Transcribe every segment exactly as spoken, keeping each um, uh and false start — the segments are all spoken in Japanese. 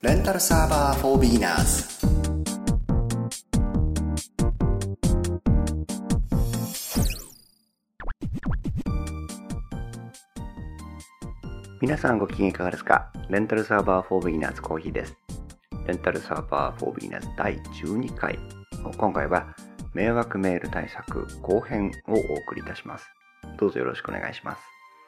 レンタルサーバー for beginners。 皆さんご機嫌いかがですか？レンタルサーバー for beginners コーヒーです。レンタルサーバー for beginners だいじゅうにかい、今回は迷惑メール対策後編をお送りいたします。どうぞよろしくお願いします。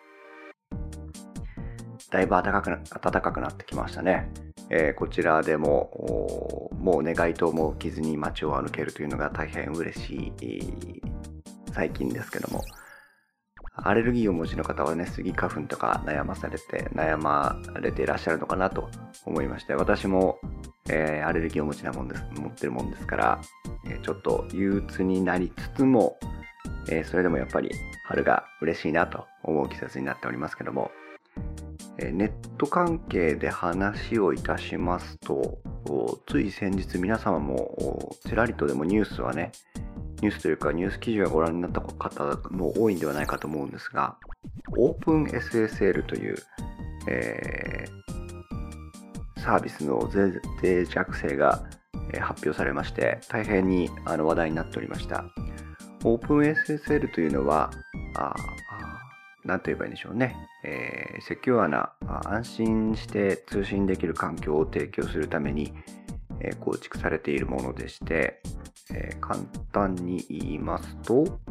だいぶ暖かくな、暖かくなってきましたね。えー、こちらでももうね街灯も起きずに街を歩けるというのが大変嬉しい最近ですけども、アレルギーをお持ちの方はね、スギ花粉とか悩まされて悩まれていらっしゃるのかなと思いまして、私も、えー、アレルギーをお持ちなもんです持ってるもんですから、えー、ちょっと憂鬱になりつつも、えー、それでもやっぱり春が嬉しいなと思う季節になっておりますけども、ネット関係で話をいたしますと、つい先日皆様もちらりとでもニュースはね、ニュースというかニュース記事はご覧になった方も多いんではないかと思うんですが、オープン エスエスエル という、えー、サービスの脆弱性が発表されまして、大変にあの話題になっておりました。オープン エスエスエル というのは、あなんと言えばいいんでしょうね、えー、セキュアな安心して通信できる環境を提供するために、えー、構築されているものでして、えー、簡単に言いますと、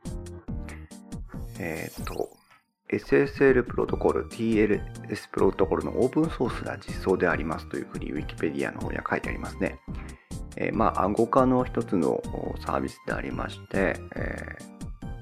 えー、と エスエスエル プロトコル ティーエルエス プロトコルのオープンソースな実装でありますというふうにウィキペディアの方には書いてありますね。えー、まあ暗号化の一つのサービスでありまして、えー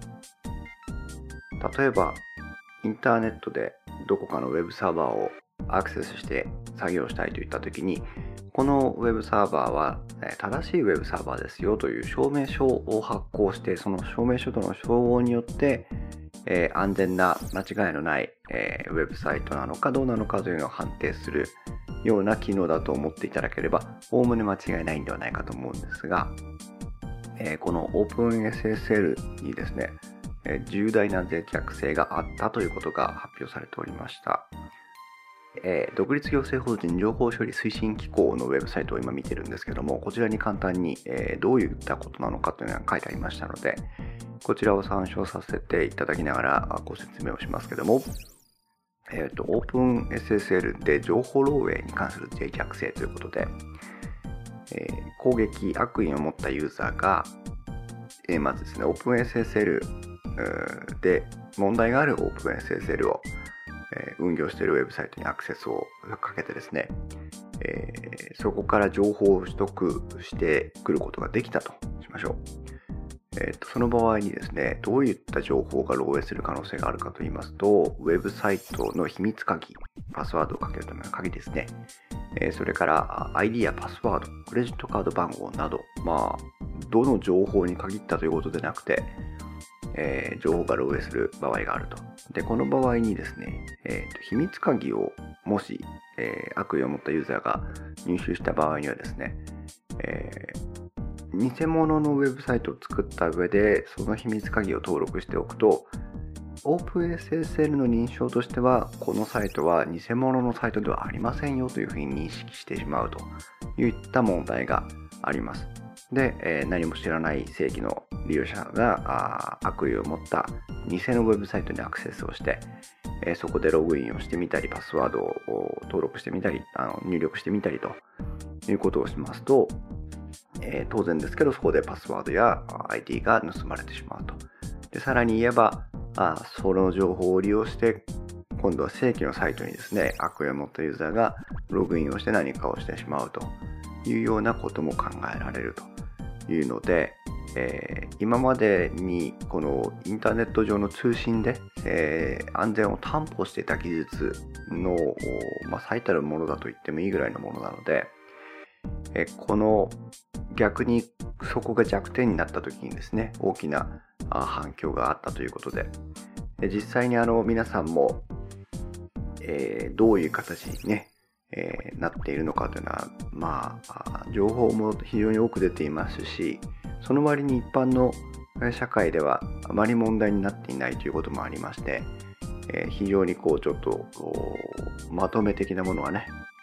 例えばインターネットでどこかのウェブサーバーをアクセスして作業したいといったときに、このウェブサーバーは正しいウェブサーバーですよという証明書を発行して、その証明書との照合によって、えー、安全な間違いのない、えー、ウェブサイトなのかどうなのかというのを判定するような機能だと思っていただければおおむね間違いないんではないかと思うんですが、えー、この オープンエスエスエル にですね、重大な脆弱性があったということが発表されておりました。えー、独立行政法人情報処理推進機構のウェブサイトを今見てるんですけども、こちらに簡単に、えー、どういったことなのかというのが書いてありましたので、こちらを参照させていただきながらご説明をしますけども、えーと、オープン エスエスエル で情報漏洩に関する脆弱性ということで、えー、攻撃悪意を持ったユーザーが、えー、まずですね、オープン エスエスエルで問題がある オープン エスエスエル を、えー、運用しているウェブサイトにアクセスをかけてですね、えー、そこから情報を取得してくることができたとしましょう。えーと、その場合にですね、どういった情報が漏洩する可能性があるかと言いますと、ウェブサイトの秘密鍵、パスワードをかけるための鍵ですね、えー、それから アイディー やパスワード、クレジットカード番号など、まあどの情報に限ったということでなくて、えー、情報が漏洩する場合があると。で、この場合にですね、えーと、秘密鍵をもし、えー、悪意を持ったユーザーが入手した場合にはですね、えー、偽物のウェブサイトを作った上でその秘密鍵を登録しておくと、オープン エスエスエル の認証としてはこのサイトは偽物のサイトではありませんよというふうに認識してしまうといった問題があります。で、えー、何も知らない正規の利用者が悪意を持った偽のウェブサイトにアクセスをして、えー、そこでログインをしてみたり、パスワードを登録してみたり、あの入力してみたりということをしますと、えー、当然ですけどそこでパスワードや アイディー が盗まれてしまうと。で、さらに言えば、あその情報を利用して今度は正規のサイトにですね、悪意を持ったユーザーがログインをして何かをしてしまうというようなことも考えられるというので、えー、今までにこのインターネット上の通信で、えー、安全を担保していた技術の、まあ、最たるものだと言ってもいいぐらいのものなので、えー、この逆にそこが弱点になった時にですね、大きな反響があったということで、で実際にあの皆さんも、えー、どういう形にねえー、なっているのかというのは、まあ情報も非常に多く出ていますし、その割に一般の社会ではあまり問題になっていないということもありまして、えー、非常にこうちょっとまとめ的なものはね、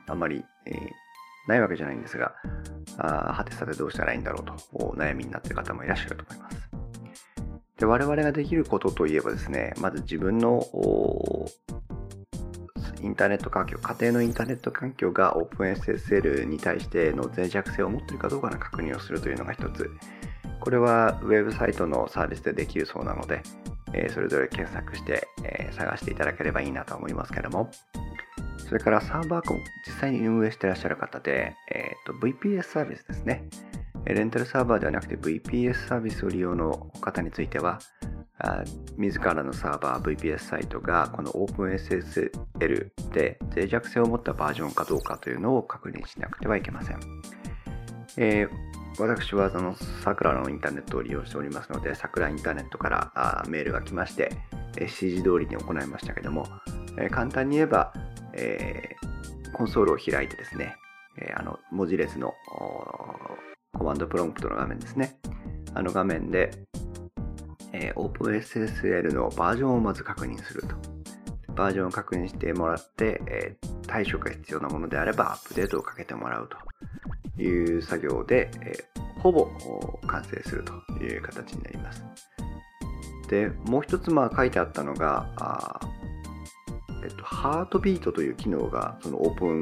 あんまり、えー、ないわけじゃないんですが、あはてさてどうしたらいいんだろうとお悩みになっている方もいらっしゃると思います。で、我々ができることといえばですね、まず自分のインターネット環境、家庭のインターネット環境が OpenSSL に対しての脆弱性を持っているかどうかの確認をするというのが一つ。これはウェブサイトのサービスでできるそうなので、えー、それぞれ検索して、えー、探していただければいいなと思いますけれども、それからサーバーも実際に運営していらっしゃる方で、えーと、ブイピーエス サービスですね。レンタルサーバーではなくて ブイピーエス サービスを利用の方については、あ自らのサーバー ブイピーエス サイトがこの OpenSSL で脆弱性を持ったバージョンかどうかというのを確認しなくてはいけません。えー、私はその桜のインターネットを利用しておりますので、桜インターネットからあメールが来まして、指示通りに行いましたけども、えー、簡単に言えば、えー、コンソールを開いてですね、えー、あの文字列のコマンドプロンプトの画面ですね。あの画面で、えー、OpenSSL のバージョンをまず確認すると。バージョンを確認してもらって、えー、対処が必要なものであればアップデートをかけてもらうという作業で、えー、ほぼ完成するという形になります。で、もう一つまあ書いてあったのが、あえっと、ハートビートという機能がその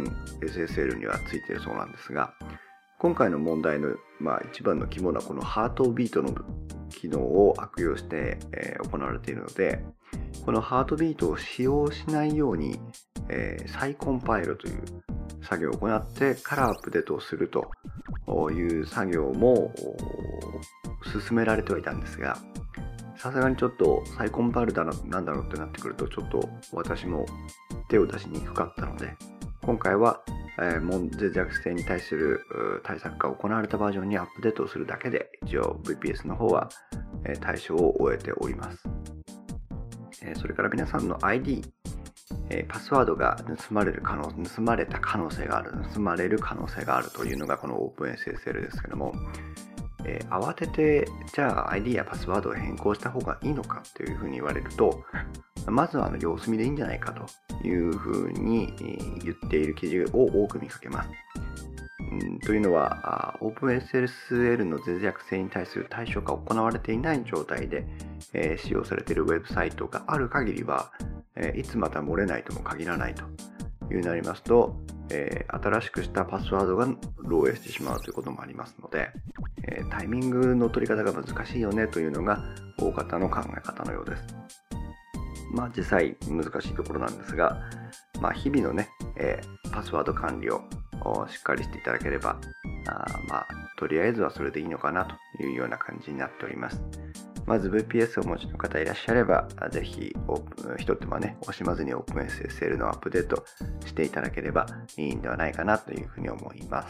OpenSSL にはついているそうなんですが、今回の問題の、まあ、一番の肝はこのハートビートの機能を悪用して、えー、行われているので、このハートビートを使用しないように、えー、再コンパイルという作業を行ってからアップデートをするという作業も進められてはいたんですが、さすがにちょっと再コンパイルだな、なんだろうってなってくると、ちょっと私も手を出しにくかったので、今回はえー、脆弱性に対する対策が行われたバージョンにアップデートをするだけで、一応 ブイピーエス の方は、えー、対処を終えております。えー、それから皆さんの アイディー、えー、パスワードが盗まれる可能、盗まれた可能性がある、盗まれる可能性があるというのがこの OpenSSL ですけども、えー、慌ててじゃあ アイディー やパスワードを変更した方がいいのかというふうに言われると、まずはあの様子見でいいんじゃないかというふうに言っている記事を多く見かけます。うん、というのは OpenSSL の脆弱性に対する対処が行われていない状態で、えー、使用されているウェブサイトがある限りは、えー、いつまた漏れないとも限らないというなりますと、えー、新しくしたパスワードが漏洩してしまうということもありますので、えー、タイミングの取り方が難しいよねというのが大方の考え方のようです。まあ実際難しいところなんですが、まあ日々のね、えー、パスワード管理をしっかりしていただければ、あまあとりあえずはそれでいいのかなというような感じになっております。まず ブイピーエス をお持ちの方いらっしゃれば、ぜひ一手間ね、惜しまずに OpenSSL のアップデートしていただければいいんではないかなというふうに思います。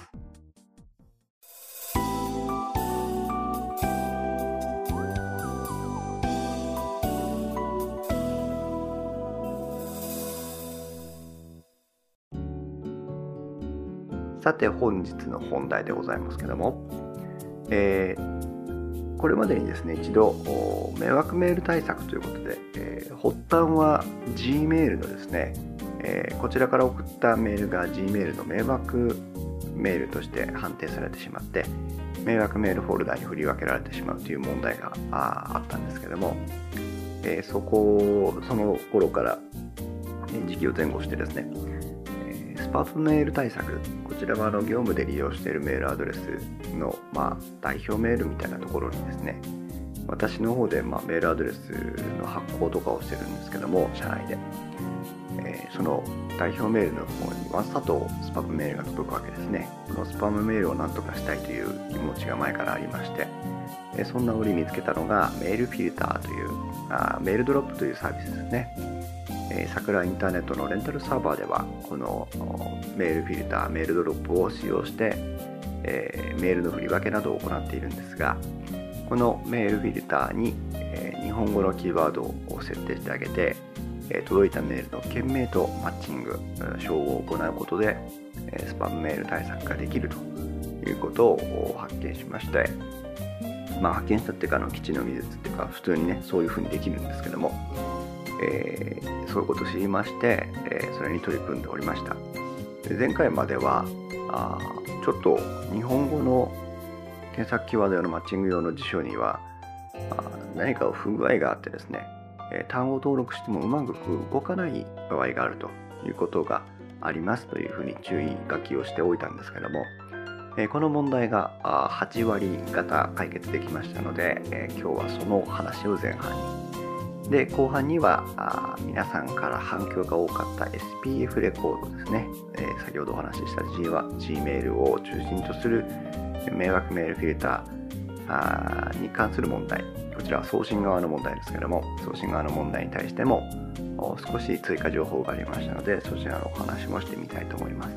さて本日の本題でございますけども、えー、これまでにですね一度迷惑メール対策ということで、えー、発端は Gmail のですね、えー、こちらから送ったメールが Gmail の迷惑メールとして判定されてしまって迷惑メールフォルダに振り分けられてしまうという問題が あ, あったんですけども、えー、そこその頃から時期を前後してですね、スパムメール対策、こちらはあの業務で利用しているメールアドレスの、まあ、代表メールみたいなところにですね、私の方で、まあ、メールアドレスの発行とかをしてるんですけども、社内で、えー、その代表メールの方にわざとスパムメールが届くわけですね。このスパムメールをなんとかしたいという気持ちが前からありまして、えー、そんな折見つけたのがメールフィルターというあーメールドロップというサービスですね。えー、桜インターネットのレンタルサーバーではこのメールフィルター、メールドロップを使用して、えー、メールの振り分けなどを行っているんですが、このメールフィルターに、えー、日本語のキーワードを設定してあげて、えー、届いたメールの件名とマッチング、照合を行うことで、えー、スパムメール対策ができるということを発見しまして、まあ発見したっていうかあの基地の技術っていうか普通にねそういう風にできるんですけども、えー、そういうことを知りまして、えー、それに取り組んでおりました。 で前回まではあちょっと日本語の検索キーワード用のマッチング用の辞書にはあ何か不具合があってですね、えー、単語登録してもうまく動かない場合があるということがありますというふうに注意書きをしておいたんですけども、えー、この問題がはちわり方解決できましたので、えー、今日はその話を前半にで後半にはあ皆さんから反響が多かった エスピーエフ レコードですね、えー、先ほどお話しした G は Gmail を中心とする迷惑メールフィルターに関する問題、こちらは送信側の問題ですけども、送信側の問題に対しても少し追加情報がありましたので、そちらのお話もしてみたいと思います。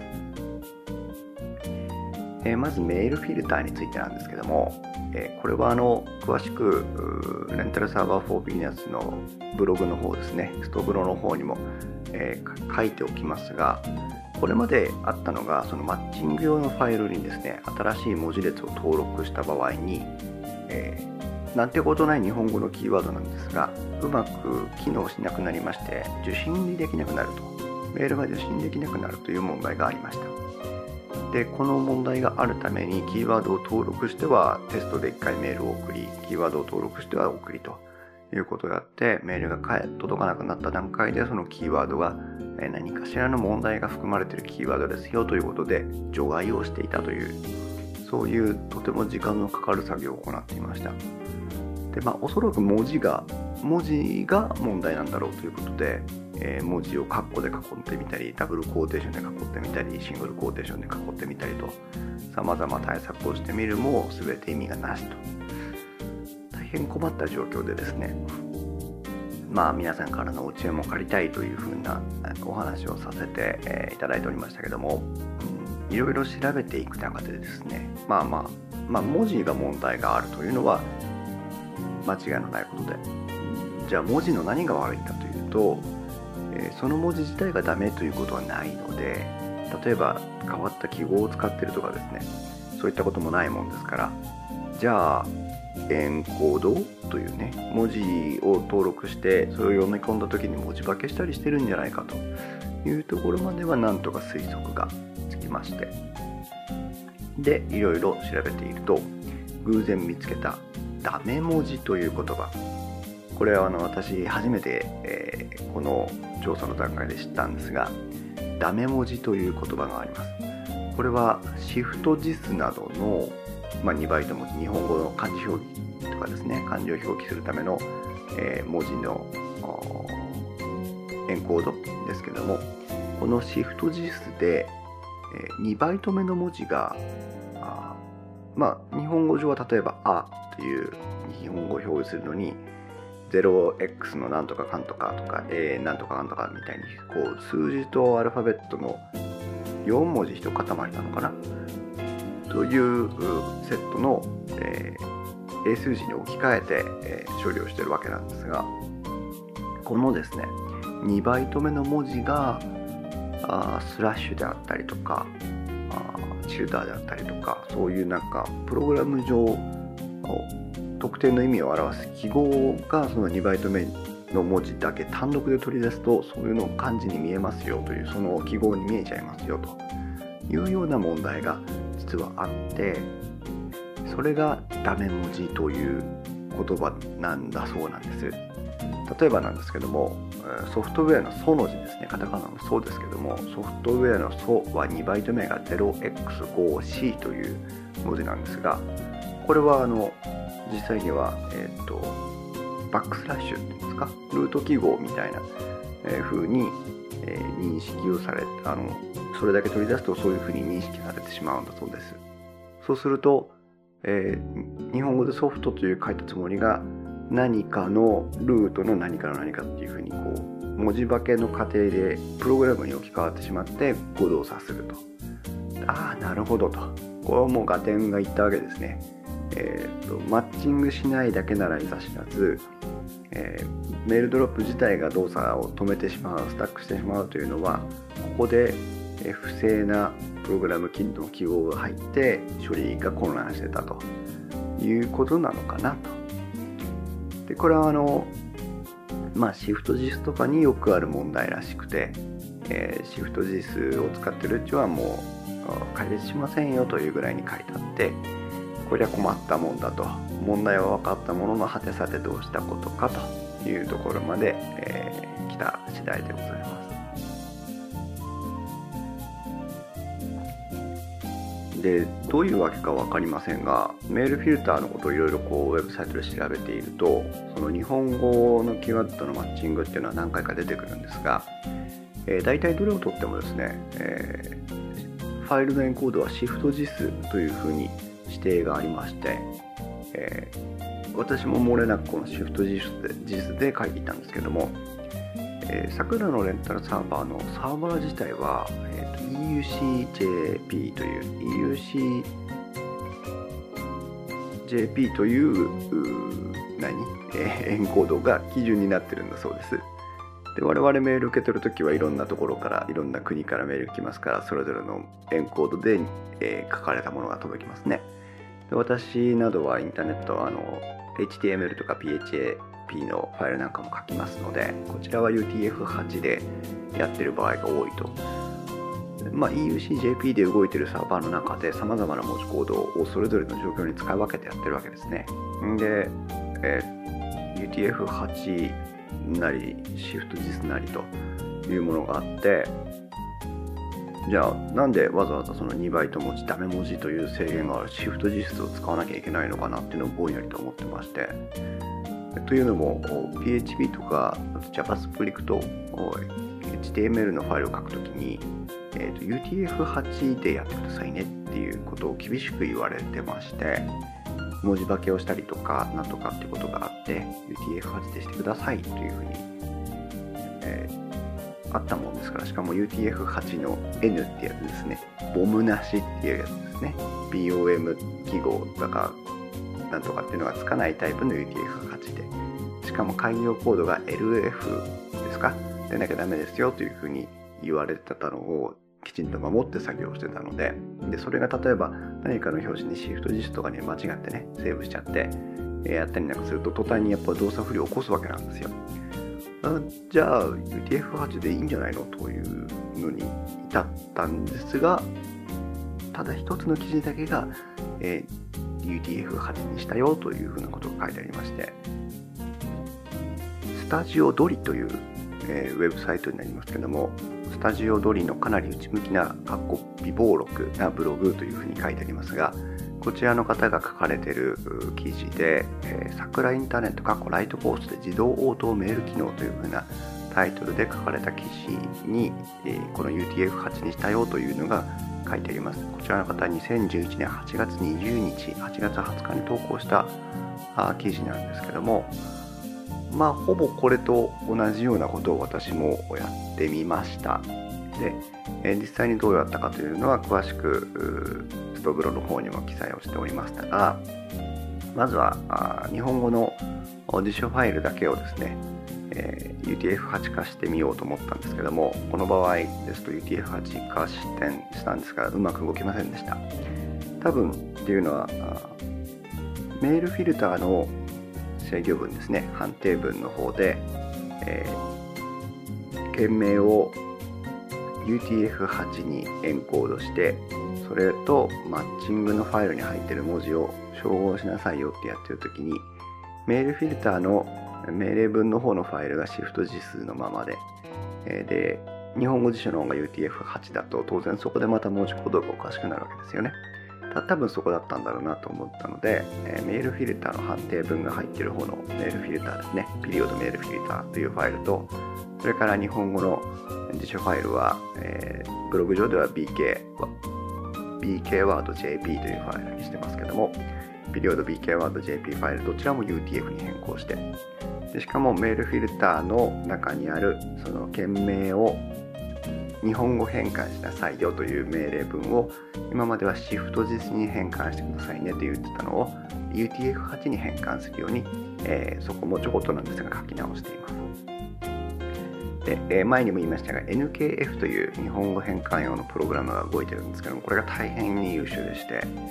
えー、まずメールフィルターについてなんですけども、えー、これはあの詳しくレンタルサーバーフォービギナーズのブログの方ですね、ストブロの方にも、えー、書いておきますが、これまであったのがそのマッチング用のファイルにですね、新しい文字列を登録した場合に、えー、なんてことない日本語のキーワードなんですが、うまく機能しなくなりまして受信できなくなると、メールが受信できなくなるという問題がありました。でこの問題があるためにキーワードを登録してはテストでいっかいメールを送り、キーワードを登録しては送りということをやって、メールが届かなくなった段階でそのキーワードが何かしらの問題が含まれているキーワードですよということで除外をしていたという、そういうとても時間のかかる作業を行っていました。で、まあ、おそらく文字が文字が問題なんだろうということで、えー、文字をカッコで囲ってみたり、ダブルコーテーションで囲ってみたり、シングルコーテーションで囲ってみたりと様々対策をしてみるも全て意味がなしと、大変困った状況でですね、まあ皆さんからのお知恵も借りたいというふうなお話をさせて、えー、いただいておりましたけども、うん、いろいろ調べていく中でですね、まあまあまあ文字が問題があるというのは間違いのないことで、じゃあ文字の何が悪いかというと、えー、その文字自体がダメということはないので、例えば変わった記号を使っているとかですね、そういったこともないもんですから、じゃあエンコードというね、文字を登録してそれを読み込んだ時に文字化けしたりしてるんじゃないかというところまではなんとか推測がつきまして、でいろいろ調べていると偶然見つけたダメ文字という言葉、これはあの私初めて、えー、この調査の段階で知ったんですが、ダメ文字という言葉があります。これはシフト ジス などの、まあ、にバイト文字、日本語の漢字表記とかですね、漢字を表記するための、えー、文字のエンコードですけども、このシフト ジス で、えー、にバイト目の文字があまあ日本語上は例えばあという日本語を表示するのに ゼロエックス のなんとかかんとかとか A なんとかかんとかみたいにこう数字とアルファベットのよん文字一塊なのかなというセットの、えー、英数字に置き換えて、えー、処理をしているわけなんですが、このですねにバイト目の文字があスラッシュであったりとかあチルダーであったりとか、そういうなんかプログラム上特定の意味を表す記号がそのにバイト目の文字だけ単独で取り出すと、そういうのを漢字に見えますよという、その記号に見えちゃいますよというような問題が実はあって、それがダメ文字という言葉なんだそうなんです。例えばなんですけども、ソフトウェアのソの字ですね、カタカナのソですけども、ソフトウェアのソはにバイト目が ゼロエックスフォーシー という文字なんですが、これはあの実際には、えー、とバックスラッシュっていうんですか、ルート記号みたいな、えー、風に、えー、認識をされあのそれだけ取り出すとそういう風に認識されてしまうんだそうです。そうすると、えー、日本語でソフトという書いたつもりが何かのルートの何かの何かっていう風にこう文字化けの過程でプログラムに置き換わってしまって誤動作すると、ああなるほどと、これはもう合点がいったわけですね。えー、とマッチングしないだけならいざ知らず、えー、メールドロップ自体が動作を止めてしまう、スタックしてしまうというのは、ここで、えー、不正なプログラムの記号が入って処理が混乱してたということなのかなと。でこれはあのまあシフト ジス とかによくある問題らしくて、えー、シフト ジス を使ってるうちはもう解決しませんよというぐらいに書いてあって、これは困ったもんだと、問題は分かったものの果てさてどうしたことかというところまで、えー、来た次第でございます。で、どういうわけか分かりませんが、メールフィルターのことをいろいろこうウェブサイトで調べていると、その日本語のキーワードとのマッチングっていうのは何回か出てくるんですが、えー、大体どれをとってもですね、えー、ファイルのエンコードはシフト ジス というふうに指定がありまして、えー、私も漏れなくこのシフト ジス で、ジス で書いていたんですけども、えー、桜のレンタルサーバーのサーバー自体は、えー、と イーユーシージェーピー という イーユーシージェーピー という、う何、えー、エンコードが基準になってるんだそうです。で、我々メール受け取るときはいろんなところからいろんな国からメール来ますから、それぞれのエンコードで、えー、書かれたものが届きますね。で、私などはインターネットあの エイチティーエムエル とか ピーエイチエーピー のファイルなんかも書きますので、こちらは ユーティーエフはち でやってる場合が多いと。まあ、イーユーシージェーピー で動いてるサーバーの中で様々な文字コードをそれぞれの状況に使い分けてやってるわけですね。で、えー、ユーティーエフはち なりシフト ジス なりというものがあって、じゃあなんでわざわざそのにバイト文字ダメ文字という制限があるシフト ジス を使わなきゃいけないのかなっていうのをぼんやりと思ってまして、というのも ピーエイチピー とか JavaScript、エイチティーエムエル のファイルを書くときに、えーと、ユーティーエフはち でやってくださいねっていうことを厳しく言われてまして、文字化けをしたりとかなんとかっていうことがあって ユーティーエフはち でしてくださいというふうに、えー、あったもんですから、しかも ユーティーエフはち の N ってやつですね、ボムなしっていうやつですね、 ビーオーエム 記号だからなんとかっていうのがつかないタイプの ユーティーエフはち で、しかも開業コードが エルエフ ですか、でなきゃダメですよというふうに言われてたのをきちんと守って作業してたので、でそれが例えば何かの表紙にシフト ジス とかに間違ってねセーブしちゃってやったりなんかすると途端にやっぱ動作不良を起こすわけなんですよ。あ、じゃあ ユーティーエフはち でいいんじゃないのというのに至ったんですが、ただ一つの記事だけが、えー、ユーティーエフはち にしたよというふうなことが書いてありまして、スタジオドリという、えー、ウェブサイトになりますけども、スタジオドリのかなり内向きなかっこ微暴録なブログというふうに書いてありますが、こちらの方が書かれている記事で、えー、桜インターネットかっこライトコースで自動応答メール機能というふうなタイトルで書かれた記事に、えー、この ユーティーエフはち にしたよというのが書いてあります。こちらの方はにせんじゅういちねんはちがつにじゅうにち、はちがつはつかに投稿した記事なんですけども、まあほぼこれと同じようなことを私もやってみました。で、えー、実際にどうやったかというのは詳しくストブロの方にも記載をしておりましたが、まずはあ日本語の辞書ファイルだけをですね、えー、ユーティーエフはち 化してみようと思ったんですけども、この場合ですと ユーティーエフはち 化したんですがうまく動きませんでした。多分っていうのはメールフィルターの制御文ですね、判定文の方で、えー、件名を ユーティーエフはち にエンコードして、それとマッチングのファイルに入っている文字を照合しなさいよってやってるときに、メールフィルターの命令文の方のファイルがシフト ジス のままで、えー、で日本語辞書の方が ユーティーエフはち だと当然そこでまた文字コードがおかしくなるわけですよね。た多分そこだったんだろうなと思ったので、えー、メールフィルターの判定文が入っている方のメールフィルターですね、ピリオドメールフィルターというファイルと、それから日本語の辞書ファイルは、えー、ブログ上では ビーケー ビーケー ワード ジェーピー というファイルにしてますけども、ピリオド ビーケー ワード ジェーピー ファイルどちらも ユーティーエフ に変更して、でしかもメールフィルターの中にあるその件名を日本語変換しなさいよという命令文を今まではシフト ジス に変換してくださいねと言ってたのを ユーティーエフはち に変換するように、えー、そこもちょこっとなんですが書き直しています。で、えー、前にも言いましたが エヌケーエフ という日本語変換用のプログラムが動いてるんですけども、これが大変に優秀でして、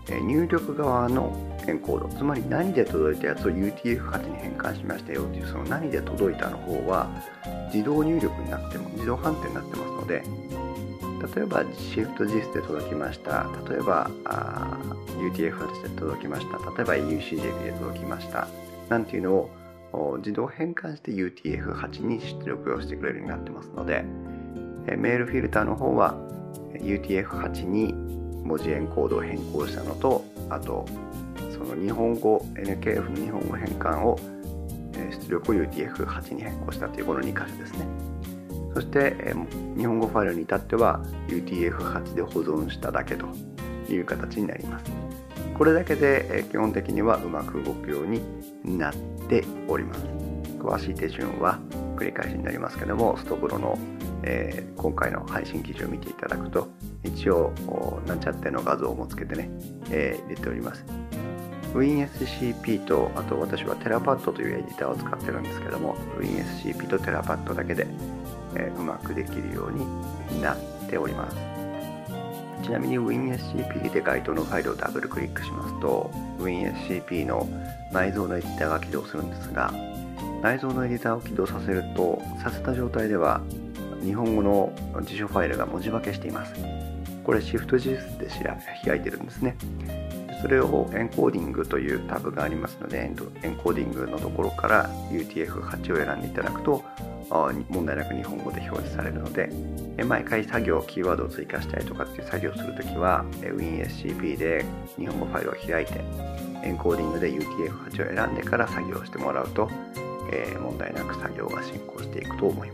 入力側のエンコード、つまり何で届いたやつを ユーティーエフはち に変換しましたよという、その何で届いたの方は自動入力になっても自動判定になってますので、例えば シフトジス で届きました、例えば ユーティーエフはち で届きました、例えば ユーシージェーピー で届きましたなんていうのを自動変換して ユーティーエフはち に出力をしてくれるようになってますので、メールフィルターの方は ユーティーエフはち に文字エンコードを変更したのと、あとその日本語 エヌケーエフ の日本語変換を出力を ユーティーエフはち に変更したというこのに箇所ですね。そして日本語ファイルに至っては ユーティーエフはち で保存しただけという形になります。これだけで基本的にはうまく動くようになっております。詳しい手順は繰り返しになりますけども、ストブロの、えー、今回の配信記事を見ていただくと、一応なんちゃっての画像もつけてね、えー、入れております。ウィンエスシーピー と、あと私はテラパッドというエディターを使ってるんですけども、ウィンエスシーピー とテラパッドだけで、えー、うまくできるようになっております。ちなみに ウィンエスシーピー で該当のファイルをダブルクリックしますと ウィンエスシーピー の内蔵のエディターが起動するんですが、内蔵のエディターを起動させると、させた状態では日本語の辞書ファイルが文字化けしています。これシフトジスで開いてるんですね。それをエンコーディングというタブがありますので、エンコーディングのところから ユーティーエフはち を選んでいただくと問題なく日本語で表示されるので、毎回作業、キーワードを追加したりとかっていう作業をするときは ウィンエスシーピー で日本語ファイルを開いてエンコーディングで ユーティーエフはち を選んでから作業してもらうと、えー、問題なく作業が進行していくと思います。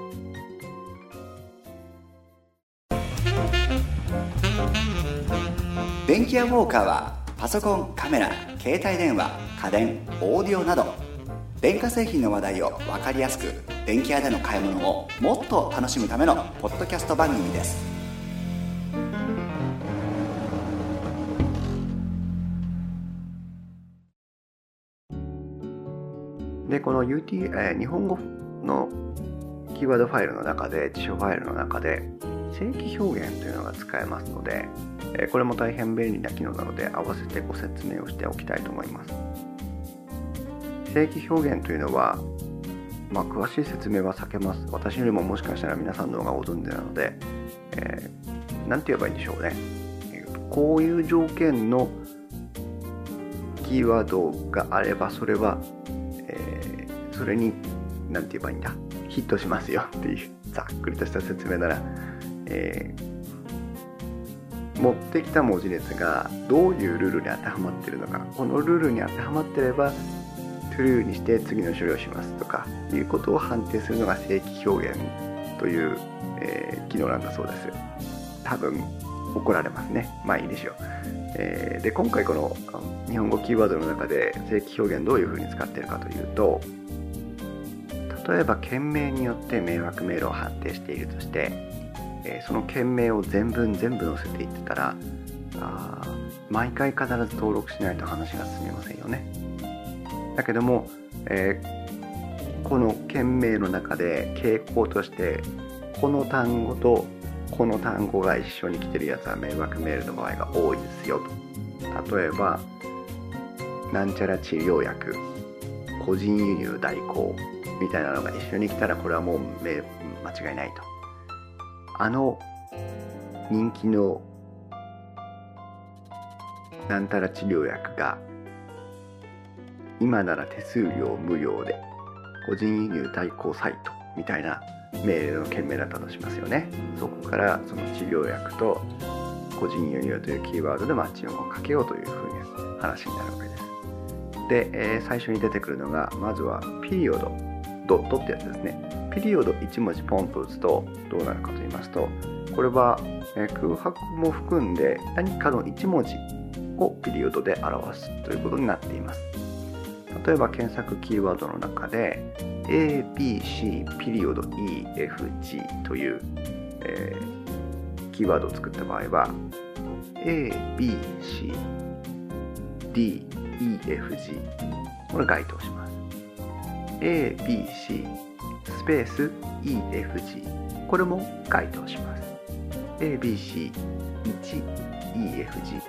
電気屋ウォーカーはパソコン、カメラ、携帯電話、家電、オーディオなど電化製品の話題を分かりやすく電気屋での買い物をもっと楽しむためのポッドキャスト番組です。 で、この ユーティー、えー、日本語のキーワードファイルの中で、辞書ファイルの中で正規表現というのが使えますので、えー、これも大変便利な機能なので合わせてご説明をしておきたいと思います。正規表現というのは、まあ、詳しい説明は避けます。私よりももしかしたら皆さんの方がご存知なので、えー、なんて言えばいいんでしょうね。こういう条件のキーワードがあれば、それは、えー、それになんて言えばいいんだ、ヒットしますよっていうざっくりとした説明なら、えー、持ってきた文字列がどういうルールに当てはまっているのか、このルールに当てはまっていればトゥルーにして次の処理をしますとかいうことを判定するのが正規表現という、えー、機能なんだそうです。多分怒られますね。まあいいでしょう。えー、で今回この日本語キーワードの中で正規表現どういうふうに使っているかというと、例えば件名によって迷惑メールを判定しているとして、えー、その件名を全文全部載せていってたら、あ毎回必ず登録しないと話が進みませんよね。だけども、えー、この件名の中で傾向としてこの単語とこの単語が一緒に来てるやつは迷惑メールの場合が多いですよと。例えばなんちゃら治療薬、個人輸入代行みたいなのが一緒に来たら、これはもう間違いないと。あの人気のなんたら治療薬が今なら手数料無料で個人輸入代行サイトみたいなメールの件名だったとしますよね。そこからその治療薬と個人輸入というキーワードでマッチングをかけようというふうに話になるわけです。で、えー、最初に出てくるのが、まずはピリオド、ドットってやつですね。ピリオドいち文字ポンと打つとどうなるかと言いますと、これは、えー、空白も含んで何かのいち文字をピリオドで表すということになっています。例えば検索キーワードの中で エービーシー ピリオド イーエフジー という、えー、キーワードを作った場合は エービーシー ディー イーエフジー これ該当します。 エービーシー スペース イーエフジー これも該当します。 エービーシーワン イーエフジー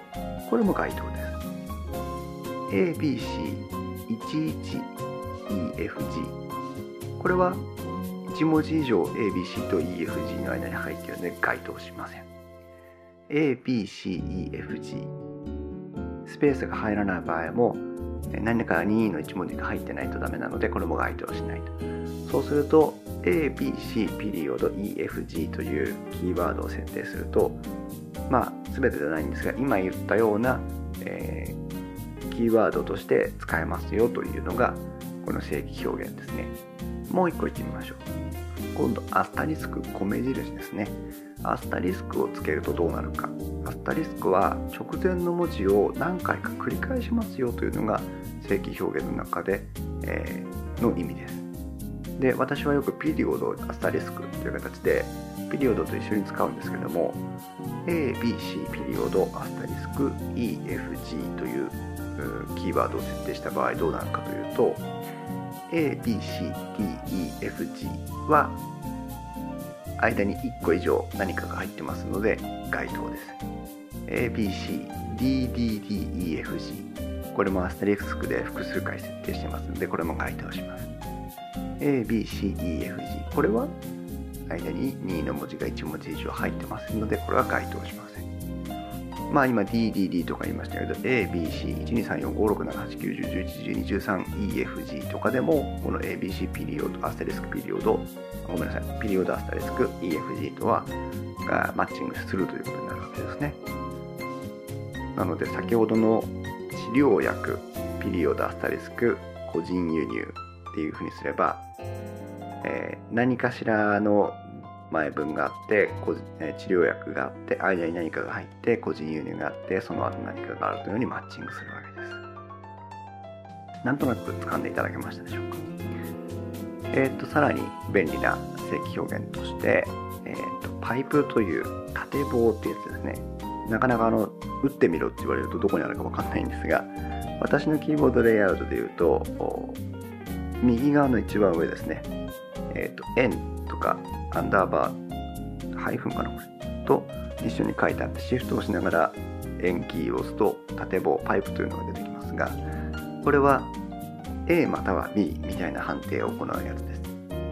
これも該当です。 エービーシーいちいちイーエフジー、 これはいち文字以上 エービーシー と イーエフジー の間に入っているので該当しません。 エービーシーイーエフジー、 スペースが入らない場合も何かにのいち文字が入ってないとダメなので、これも該当しないと。そうすると エービーシー ピリオド イーエフジー というキーワードを設定すると、まあ全てじゃないんですが、今言ったような、えーキーワードとして使えますよというのがこの正規表現ですね。もう一個言ってみましょう。今度アスタリスク、米印ですね。アスタリスクをつけるとどうなるか。アスタリスクは直前の文字を何回か繰り返しますよというのが正規表現の中で、えー、の意味です。で、私はよくピリオド、アスタリスクという形でピリオドと一緒に使うんですけども、 エービーシー ピリオドアスタリスク イーエフジー というキーワードを設定した場合どうなるかというと、 エービーシーディーイーエフジー は間にいっこ以上何かが入ってますので該当です。 エービーシーディーディーディーイーエフジー、 これもアスタリスクで複数回設定してますのでこれも該当します。 エービーシーイーエフジー、 これは間ににの文字がいち文字以上入ってますのでこれは該当しません。まあ今 ディーディーディー とか言いましたけど エービーシーいちにさんよんごろくななはちきゅうじゅうじゅういちじゅうにじゅうさん イーエフジー とかでもこの エービーシー ピリオドアスタリスクピリオドごめんなさいピリオドアスタリスク イーエフジー とはがマッチングするということになるわけですね。なので先ほどの治療薬ピリオドアスタリスク個人輸入っていうふうにすれば、えー、何かしらの前文があって治療薬があって間に何かが入って個人輸入があってその後何かがあるというようにマッチングするわけです。なんとなく掴んでいただけましたでしょうか。えー、とさらに便利な正規表現として、えー、とパイプという縦棒ってやつですね。なかなかあの打ってみろって言われるとどこにあるか分かんないんですが、私のキーボードレイアウトでいうと右側の一番上ですね、えー、と円とかアンダーバーハイフンかなこれと一緒に書いてあってシフトをしながら円キーを押すと縦棒パイプというのが出てきますが、これは A または B みたいな判定を行うやつです。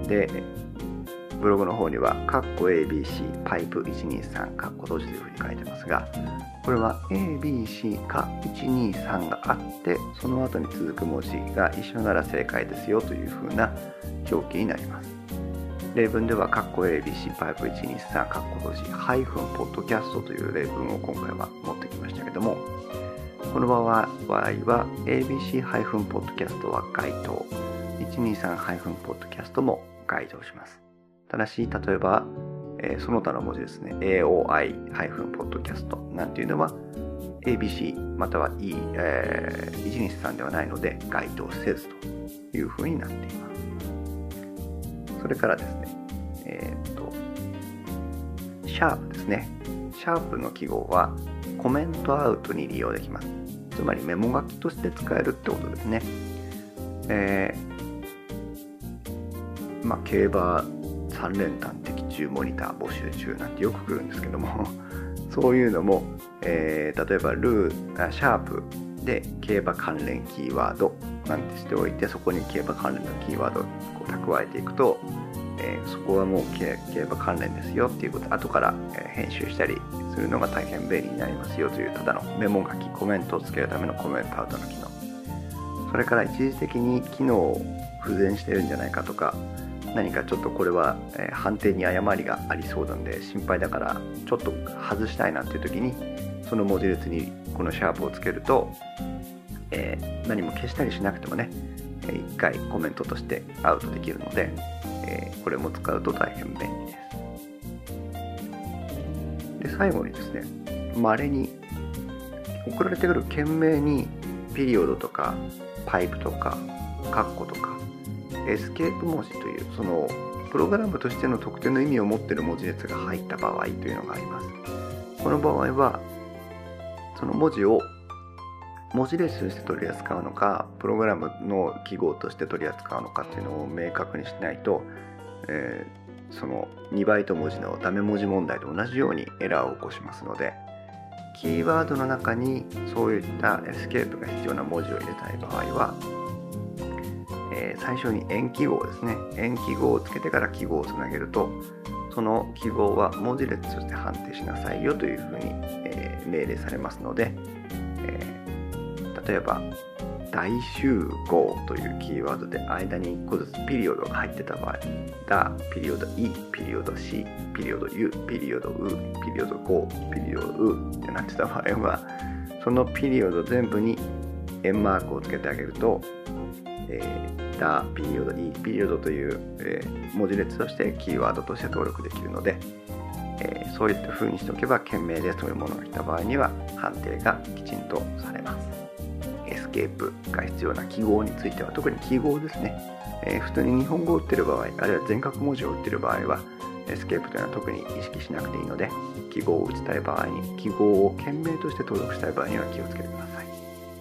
でブログの方にはカッコ エービーシー パイプいちにさんカッコ閉じというふうに書いてますが、これは エービーシー かいちにさんがあってその後に続く文字が一緒なら正解ですよというふうな表記になります。例文ではカッコ エービーシー パイプいちにさんカッコ閉じハイフンポッドキャストという例文を今回は持ってきましたけども、この場合は エービーシー ハイフンポッドキャストは該当、いちにさんハイフンポッドキャストも該当します。ただし例えば、えー、その他の文字ですね エーオーアイ ハイフンポッドキャストなんていうのは エービーシー または E、えー、いちにさんではないので該当せずというふうになっています。それからですね、えー、っと、シャープですね。シャープの記号はコメントアウトに利用できます。つまりメモ書きとして使えるってことですね。えー、まあ、競馬さん連単的中モニター募集中なんてよく来るんですけども、そういうのも、えー、例えばルー、シャープで競馬関連キーワードなんてしておいて、そこに競馬関連のキーワードをこう蓄えていくと、えー、そこはもう競馬関連ですよっていうことを後から、えー、編集したりするのが大変便利になりますよというただのメモ書きコメントをつけるためのコメントアウトの機能。それから一時的に機能を不全してるんじゃないかとか、何かちょっとこれは、えー、判定に誤りがありそうなんで心配だからちょっと外したいなっていう時にその文字列にこのシャープをつけると、えー、何も消したりしなくてもね、えー、いっかいコメントとしてアウトできるので、えー、これも使うと大変便利です。で最後にですね、稀に送られてくる件名にピリオドとかパイプとかカッコとかエスケープ文字というそのプログラムとしての特定の意味を持っている文字列が入った場合というのがあります。この場合はその文字を文字列として取り扱うのかプログラムの記号として取り扱うのかっていうのを明確にしないと、えー、そのにバイト文字のダメ文字問題と同じようにエラーを起こしますので、 キーワードの中にそういったエスケープが必要な文字を入れたい場合は、えー、最初に円記号ですね。円記号をつけてから記号をつなげると、その記号は文字列として判定しなさいよというふうに、えー、命令されますので、えー、例えば大集合というキーワードで間にいっこずつピリオドが入ってた場合、だ、ピリオド E、ピリオド C、ピリオド U、ピリオド U、ピリオドご、ピリオド U ってなってた場合は、そのピリオド全部に円マークをつけてあげると、えー、だ、ピリオド E、ピリオドという、えー、文字列としてキーワードとして登録できるので、えー、そういった風にしておけば件名でそういうものが来た場合には判定がきちんとされます。エスケープが必要な記号については、特に記号ですね、えー、普通に日本語を打っている場合、あるいは全角文字を打っている場合はエスケープというのは特に意識しなくていいので、記号を打ちたい場合に、記号を件名として登録したい場合には気をつけてください。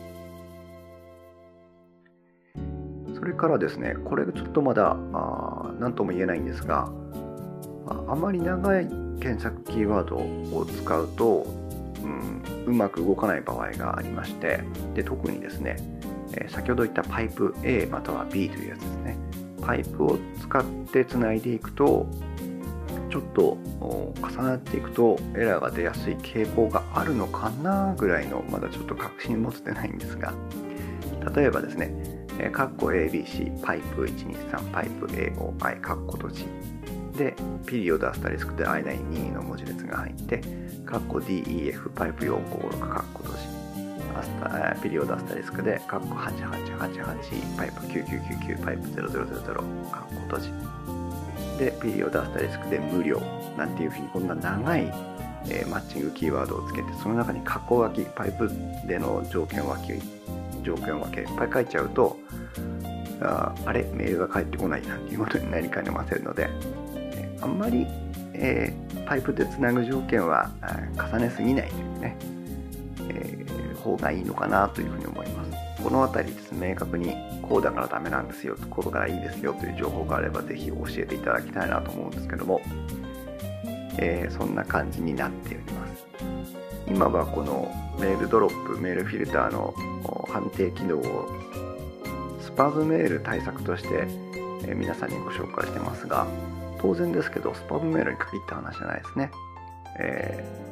それからですね、これちょっとまだ何とも言えないんですが、あ, あまり長い検索キーワードを使うと、うん、うまく動かない場合がありまして、で特にですね、えー、先ほど言ったパイプ A または B というやつですね。パイプを使ってつないでいくと、ちょっと重なっていくとエラーが出やすい傾向があるのかなぐらいの、まだちょっと確信持ててないんですが、例えばですね、えー、カッコ エービーシー パイプいちにさんパイプ エーオーアイ カッコ閉じでピリオドアスタリスクで間ににの文字列が入って、カッコ ディーイーエフ パイプよんごろくカッコ閉じアスタピリオドアスタリスクでカッコはちはちはちはちパイプきゅうきゅうきゅうきゅうパイプゼロゼロゼロゼロカッコ閉じでピリオドアスタリスクで無料なんていうふうに、こんな長い、えー、マッチングキーワードをつけて、その中にカッコ書き、パイプでの条件分け条件分けいっぱい書いちゃうと、あ, あれメールが返ってこないなんていうことになりかねませんので、えー、あんまり、えー、パイプでつなぐ条件は重ねすぎないというね、えー、方がいいのかなというふうに思います。このあたりですね、明確にこうだからダメなんですよ、こうだからいいですよという情報があればぜひ教えていただきたいなと思うんですけども、えー、そんな感じになっております。今はこのメールドロップ、メールフィルターの判定機能をスパムメール対策として、えー、皆さんにご紹介してますが、当然ですけどスパムメールに限った話じゃないですね。えー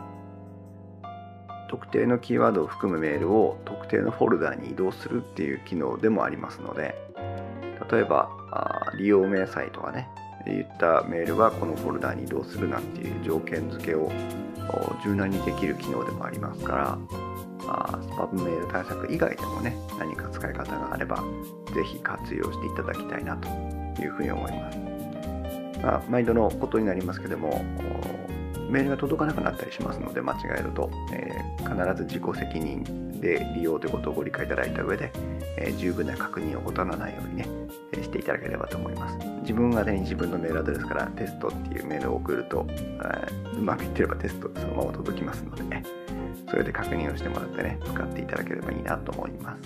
特定のキーワードを含むメールを特定のフォルダに移動するっていう機能でもありますので、例えば利用明細とかね、言ったメールはこのフォルダに移動するなんていう条件付けを柔軟にできる機能でもありますから、スパムメール対策以外でもね、何か使い方があればぜひ活用していただきたいなというふうに思います。まあ、毎度のことになりますけども、メールが届かなくなったりしますので、間違えると、えー、必ず自己責任で利用ということをご理解いただいた上で、えー、十分な確認を怠らないようにね、えー、していただければと思います。自分がね、自分のメールアドレスからテストっていうメールを送ると、うまくいってればテストそのまま届きますのでね、それで確認をしてもらってね、使っていただければいいなと思います。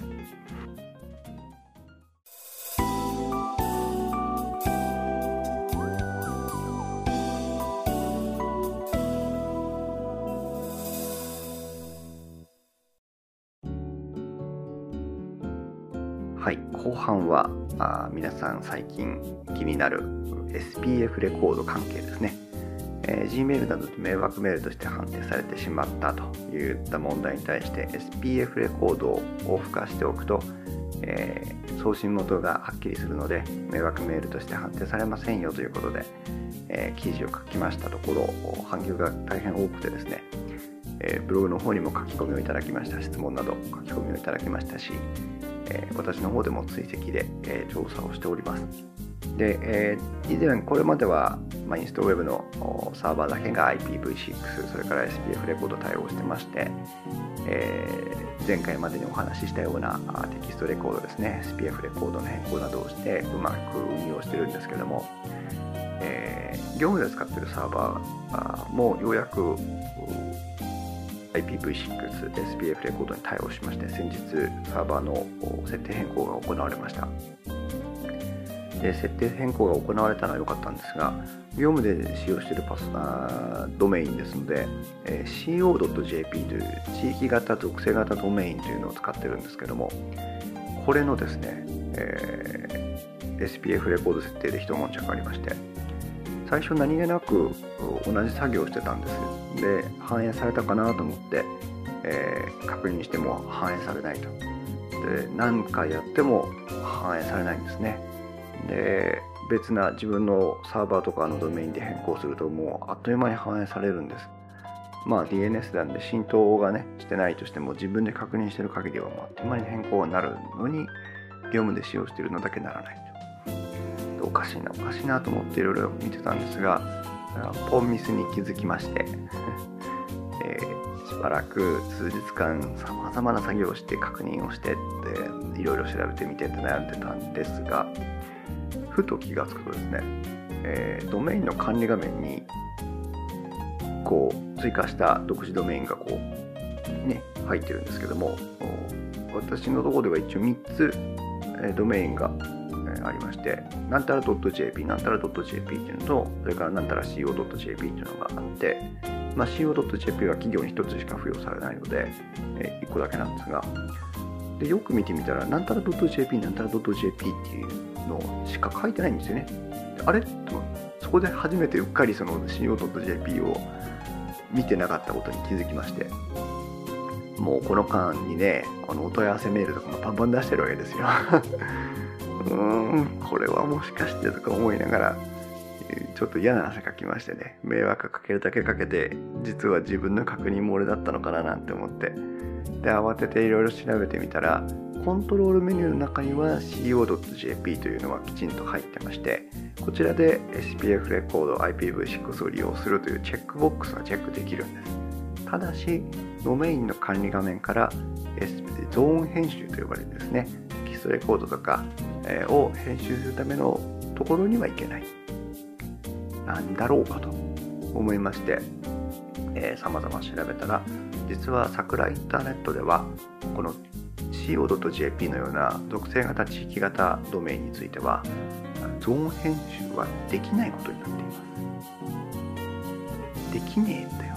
はい、後半はあ皆さん最近気になる エスピーエフ レコード関係ですね。えー、Gmail などで迷惑メールとして判定されてしまったといった問題に対して エスピーエフ レコードを付加しておくと、えー、送信元がはっきりするので迷惑メールとして判定されませんよということで、えー、記事を書きましたところ反響が大変多くてですね、えー、ブログの方にも書き込みをいただきました。質問など書き込みをいただきましたし、えー、私の方でも追跡で、えー、調査をしております。で、えー、以前これまでは、まあ、インストウェブのサーバーだけが アイピーブイシックス それから エスピーエフ レコード対応してまして、えー、前回までにお話ししたようなテキストレコードですね、 エスピーエフ レコードの変更などをしてうまく運用してるんですけども、えー、業務で使っているサーバーもようやくアイピーブイシックス、エスピーエフ レコードに対応しまして、先日サーバーの設定変更が行われました。 で設定変更が行われたのは良かったんですが、業務で使用しているパスあドメインですので、えー、シーオードットジェーピー という地域型属性型ドメインというのを使ってるんですけども、これのですね、えー、エスピーエフ レコード設定で一悶着ありまして、最初何気なく同じ作業をしてたんです。で反映されたかなと思って、えー、確認しても反映されないと。で何回やっても反映されないんですね。で別な自分のサーバーとかのドメインで変更するともうあっという間に反映されるんです。まあ ディーエヌエス なんで浸透がねしてないとしても、自分で確認してる限りはあっという間に変更がなるのに、業務で使用しているのだけならないと。おかしいなおかしいなと思っていろいろ見てたんですが、ポンミスに気づきまして、えー、しばらく数日間さまざまな作業をして確認をしていろいろ調べてみてって悩んでたんですが、ふと気がつくとですね、えー、ドメインの管理画面にこう追加した独自ドメインがこうね入ってるんですけども、私のところでは一応みっつ、えー、ドメインが、えー、ありまして、なんたら .jp、なんたら .jp っていうのと、それからなんたら シーオードットジェーピー っていうのがあって、まあ、シーオードットジェーピー は企業にひとつしか付与されないので、えー、いっこだけなんですが、でよく見てみたらなんたら .jp、なんたら .jp っていうのしか書いてないんですよね。あれとそこで初めてうっかりその シーオードットジェーピー を見てなかったことに気づきまして、もうこの間にね、このお問い合わせメールとかもバンバン出してるわけですよ。うーん、これはもしかしてとか思いながら、ちょっと嫌な汗かきましてね、迷惑かけるだけかけて、実は自分の確認漏れだったのかななんて思って、で慌てていろいろ調べてみたら、コントロールメニューの中には シーオードットジェーピー というのがきちんと入ってまして、こちらで エスピーエフ レコード アイピーブイシックス を利用するというチェックボックスがチェックできるんです。ただしドメインの管理画面から ゾーン編集と呼ばれるですね、基礎レコードとかを編集するためのところにはいけない。なんだろうかと思いまして、えー、様々調べたら、実は桜インターネットではこの シーオードットジェーピー のような属性型地域型ドメインについてはゾーン編集はできないことになっています。できねえんだよ。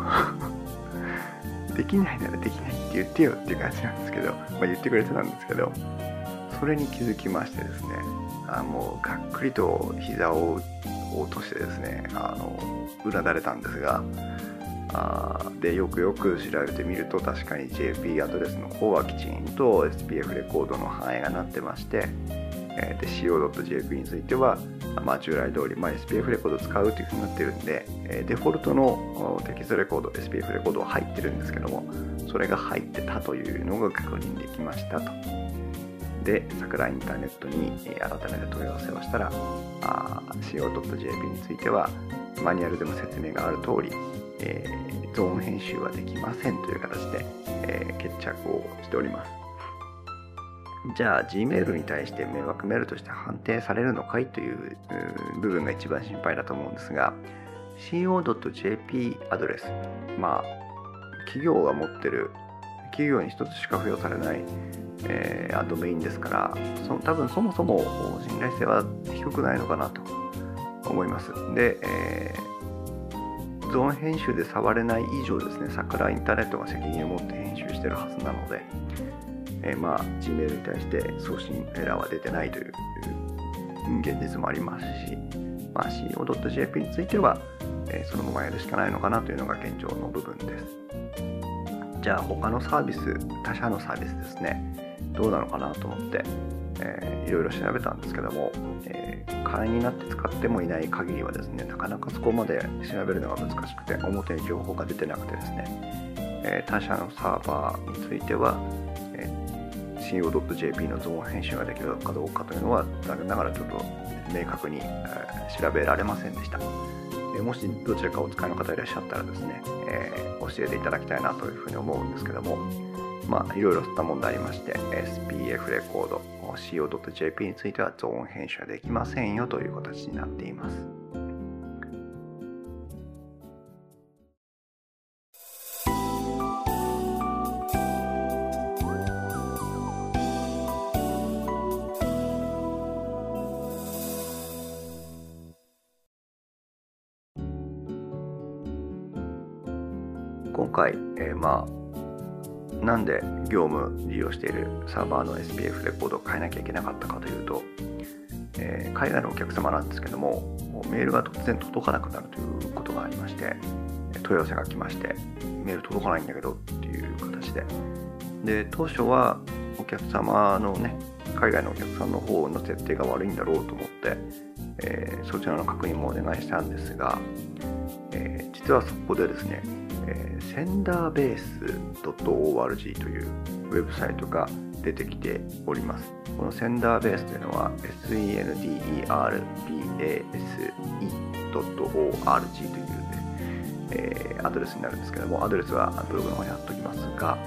できないならできないって言ってよっていう感じなんですけど、まあ、言ってくれてたんですけど、それに気づきましてですね、あもうがっくりと膝を落としてですね、あのうなだれたんですが、あでよくよく調べてみると、確かに ジェーピー アドレスの方はきちんと エスピーエフ レコードの範囲がなってまして、えー、で シーオードットジェーピー については、まあ、従来通り、まあ、エスピーエフ レコードを使うというふうになってるんで、えー、デフォルトのテキストレコード エスピーエフ レコードは入ってるんですけども、それが入ってたというのが確認できましたと。で桜インターネットに改めて問い合わせをしたら、シーオードットジェーピー についてはマニュアルでも説明がある通り、えー、ゾーン編集はできませんという形で、えー、決着をしております。じゃあ Gmail に対して迷惑メールとして判定されるのかいという部分が一番心配だと思うんですが、 シーオードットジェーピー アドレス、まあ企業が持ってる、企業に一つしか付与されない、えー、ドメインですから、そ多分そもそも信頼性は低くないのかなと思います。で、えー、ゾーン編集で触れない以上ですね、桜インターネットが責任を持って編集してるはずなので、えー、まあ Gmail に対して送信エラーは出てないという現実もありますし、まあ、シーオードットジェーピー については、えー、そのままやるしかないのかなというのが現状の部分です。じゃあ他のサービス、他社のサービスですね、どうなのかなと思って、えー、いろいろ調べたんですけども、えー、会員になって使ってもいない限りはですね、なかなかそこまで調べるのが難しくて、表に情報が出てなくてですね、えー、他社のサーバーについては、えー、シーオードットジェーピー のゾーン編集ができるかどうかというのは残念ながらちょっと明確に、えー、調べられませんでした。もしどちらかお使いの方いらっしゃったらですね、えー、教えていただきたいなというふうに思うんですけども、まあいろいろした問題ありまして、エスピーエフ レコード シーオードットジェーピー についてはゾーン編集はできませんよという形になっています。 今回、えー、まあなんで業務利用しているサーバーの エスピーエフ レコードを変えなきゃいけなかったかというと、えー、海外のお客様なんですけども、メールが突然届かなくなるということがありまして、問い合わせが来まして、メール届かないんだけどっていう形で、で当初はお客様のね、海外のお客さんの方の設定が悪いんだろうと思って、えー、そちらの確認もお願いしたんですが、えー、実はそこでですね、えー、センダーベース ドット オーアールジー というウェブサイトが出てきております。このセンダーベースというのは センダーベース ドット オーアールジー という、えー、アドレスになるんですけども、アドレスはブログの方に貼っておきますが、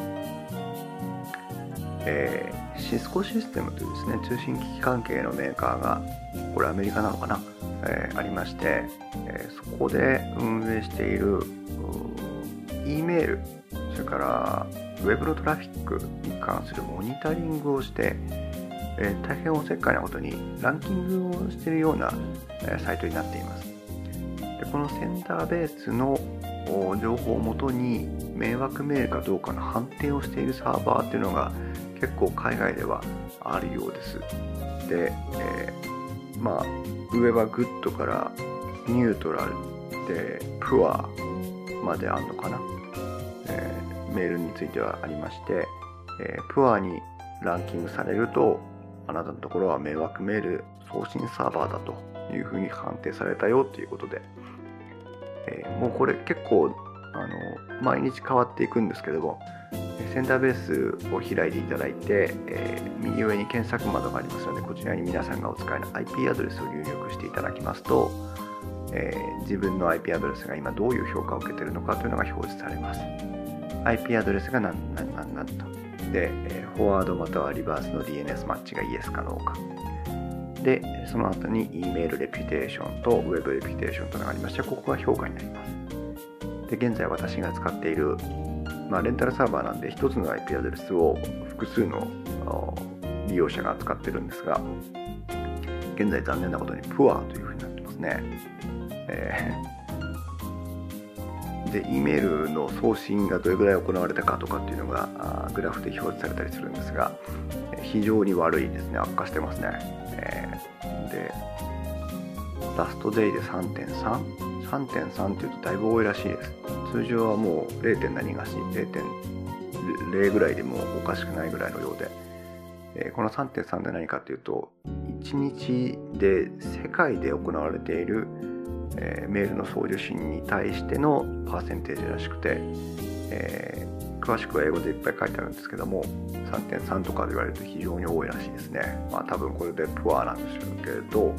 えー、シスコシステムというですね、通信機器関係のメーカーが、これアメリカなのかな、えー、ありまして、えー、そこで運営している E メール、それからウェブのトラフィックに関するモニタリングをして、えー、大変おせっかいなことにランキングをしているような、えー、サイトになっています。でこのセンダーベースの情報をもとに迷惑メールかどうかの判定をしているサーバーっていうのが結構海外ではあるようです。で、えー、まあ上はグッドからニュートラルでプアまであるのかな、えー、メールについてはありまして、えー、プアにランキングされるとあなたのところは迷惑メール送信サーバーだというふうに判定されたよということで、えー、もうこれ結構あの毎日変わっていくんですけども、センダーベースを開いていただいて、えー、右上に検索窓がありますので、こちらに皆さんがお使いの アイピー アドレスを入力していただきますと、えー、自分の アイピー アドレスが今どういう評価を受けているのかというのが表示されます。 アイピー アドレスが何何何何とで、えー、フォワードまたはリバースの ディーエヌエス マッチがイエスかノーかで、その後に E メールレピュテーションと Web レピュテーションというのがありまして、ここが評価になります。で現在私が使っている、まあ、レンタルサーバーなんで一つの アイピー アドレスを複数の利用者が使ってるんですが、現在残念なことに プア というふうになってますね。えー、で E メールの送信がどれぐらい行われたかとかっていうのがグラフで表示されたりするんですが、非常に悪いですね。悪化してますね。えー、でラストデイで さんてんさん さんてんさん っていうとだいぶ多いらしいです。通常はもう ゼロ. 何がし ゼロてんゼロ ぐらいでもおかしくないぐらいのようで、えー、この さんてんさん で何かというと、いちにちで世界で行われている、えー、メールの送受信に対してのパーセンテージらしくて、えー、詳しくは英語でいっぱい書いてあるんですけども、 さんてんさん とかで言われると非常に多いらしいですね。まあ多分これでプアなんでしょうけれど、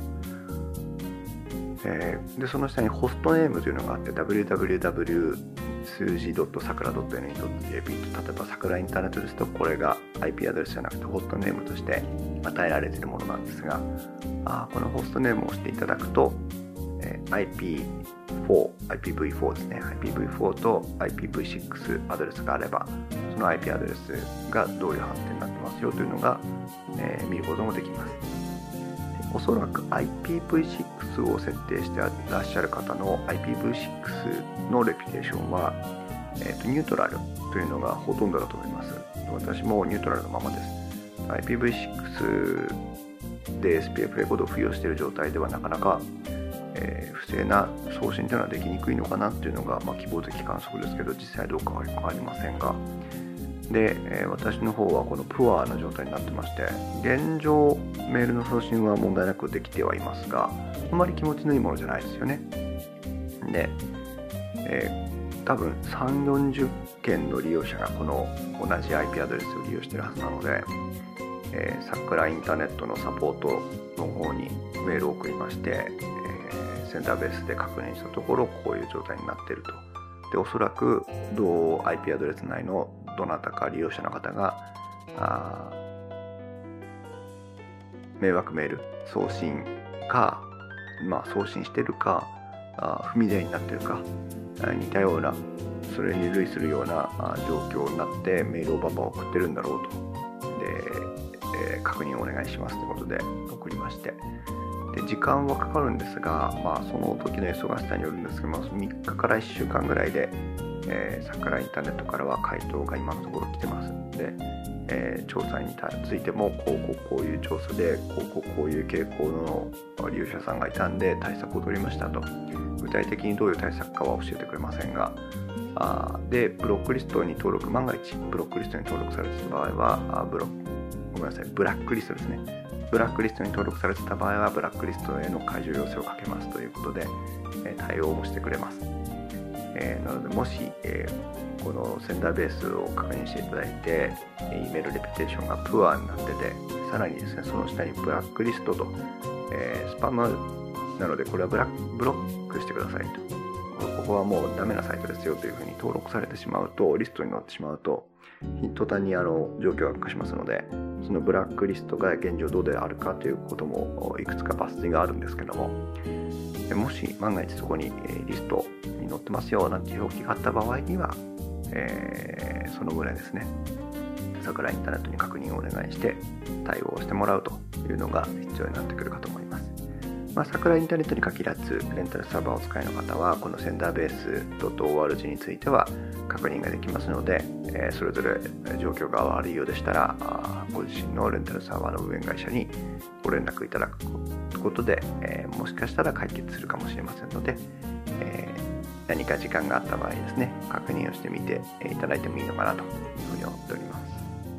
えー、でその下にホストネームというのがあって ダブリューダブリューダブリュー 数字 さくら ドット エヌイー ドット ジェーピー と、例えばさくらインターネットですとこれが アイピー アドレスじゃなくてホストネームとして与えられているものなんですが、あこのホストネームを押していただくと、えー、アイピーフォー、アイピーブイフォー ですね。 アイピーブイフォー と アイピーブイシックス アドレスがあれば、その アイピー アドレスがどういう判定になってますよというのが、えー、見ることもできます。おそらく アイピーブイシックス を設定していらっしゃる方の アイピーブイシックス のレピュテーションは、えーと、ニュートラルというのがほとんどだと思います。私もニュートラルのままです。アイピーブイシックス で エスピーエフ レコードを付与している状態ではなかなか、えー、不正な送信というのはできにくいのかなというのが、まあ、希望的観測ですけど、実際どうかは変わりませんが、で、えー、私の方はこのプアの状態になってまして、現状メールの送信は問題なくできてはいますが、あまり気持ちのいいものじゃないですよね。で、えー、多分さんじゅう、よんじゅっけんの利用者がこの同じ アイピー アドレスを利用しているはずなので、えー、桜インターネットのサポートの方にメールを送りまして、えー、センターベースで確認したところ、こういう状態になっていると。で、おそらく同 アイピー アドレス内のどなたか利用者の方があ迷惑メール送信か、まあ、送信してるか、あ踏み台になってるか、似たような、それに類するような状況になってメールをバンバン送ってるんだろうと。で、えー、確認をお願いしますということで送りまして、で時間はかかるんですが、まあ、その時の忙しさによるんですけども、みっかからいっしゅうかんぐらいで、 えー、桜インターネットからは回答が今のところ来てますので、えー、調査についてもこうこうこういう調査でこうこうこういう傾向の利用者さんがいたんで対策を取りましたと、具体的にどういう対策かは教えてくれませんが、あでブロックリストに登録、万が一ブロックリストに登録されていた場合はあブロごめんなさいブラックリストですねブラックリストに登録されていた場合はブラックリストへの解除要請をかけますということで、えー、対応もしてくれます。えー、なのでもし、えー、このセンダーベースを確認していただいて E メールレピュテーションがプアになってて、さらにですねその下にブラックリストと、えー、スパムなのでこれはブラブロックしてくださいと、ここはもうダメなサイトですよというふうに登録されてしまうと、リストに載ってしまうと途端にあの状況が悪化しますので、そのブラックリストが現状どうであるかということもいくつか抜粋があるんですけども、もし万が一そこにリストに載ってますよなんていう表記があった場合には、えー、そのぐらいですね桜インターネットに確認をお願いして対応してもらうというのが必要になってくるかと思います。まあ、桜インターネットに限らずレンタルサーバーをお使いの方はこのセンダーベース .org については確認ができますので、えー、それぞれ状況が悪いようでしたらご自身のレンタルサーバーの運営会社にご連絡いただくことで、えー、もしかしたら解決するかもしれませんので、えー、何か時間があった場合ですね確認をしてみていただいてもいいのかなというふうに思っております。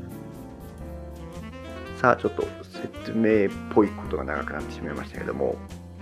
さあちょっと説明っぽいことが長くなってしまいましたけども、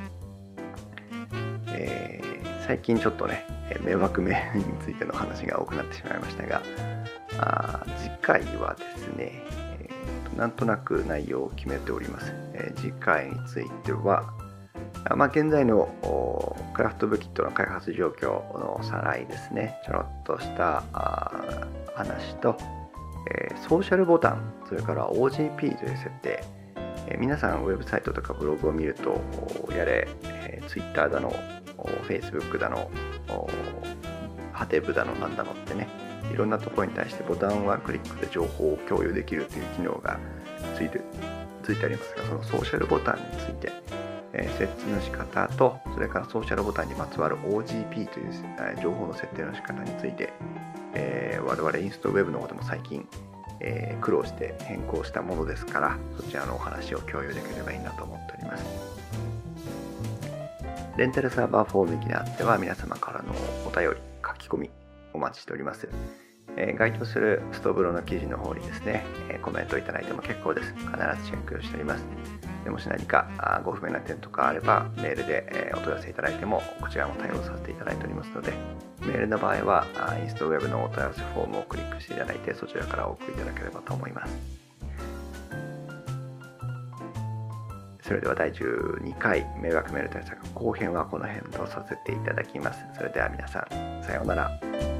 えー、最近ちょっとね迷惑メールについての話が多くなってしまいましたが、あ次回はですね、えー、なんとなく内容を決めております。えー、次回については、まあ、現在のクラフトブキットの開発状況のおさらいですね、ちょろっとした話と、えー、ソーシャルボタン、それから オージーピー という設定、えー、皆さんウェブサイトとかブログを見るとやれ、えー、Twitter だの Facebook だのハテブだのなんだのってね、いろんなところに対してボタンワンクリックで情報を共有できるという機能がついて、ついてありますが、そのソーシャルボタンについて、えー、設置の仕方と、それからソーシャルボタンにまつわる オージーピー という、えー、情報の設定の仕方について、えー、我々インストウェブの方でも最近、えー、苦労して変更したものですから、そちらのお話を共有できればいいなと思っております。レンタルサーバーフォームにあっては皆様からのお便り、書き込みお待ちしております。えー、該当するストブロの記事の方にですね、えー、コメントいただいても結構です。必ずチェックをしております。でもし何かあご不明な点とかあればメールで、えー、お問い合わせいただいてもこちらも対応させていただいておりますので、メールの場合はインストウェブのお問い合わせフォームをクリックしていただいてそちらからお送りいただければと思います。それではだいじゅうにかい迷惑メール対策後編はこの辺とさせていただきます。それでは皆さんさようなら。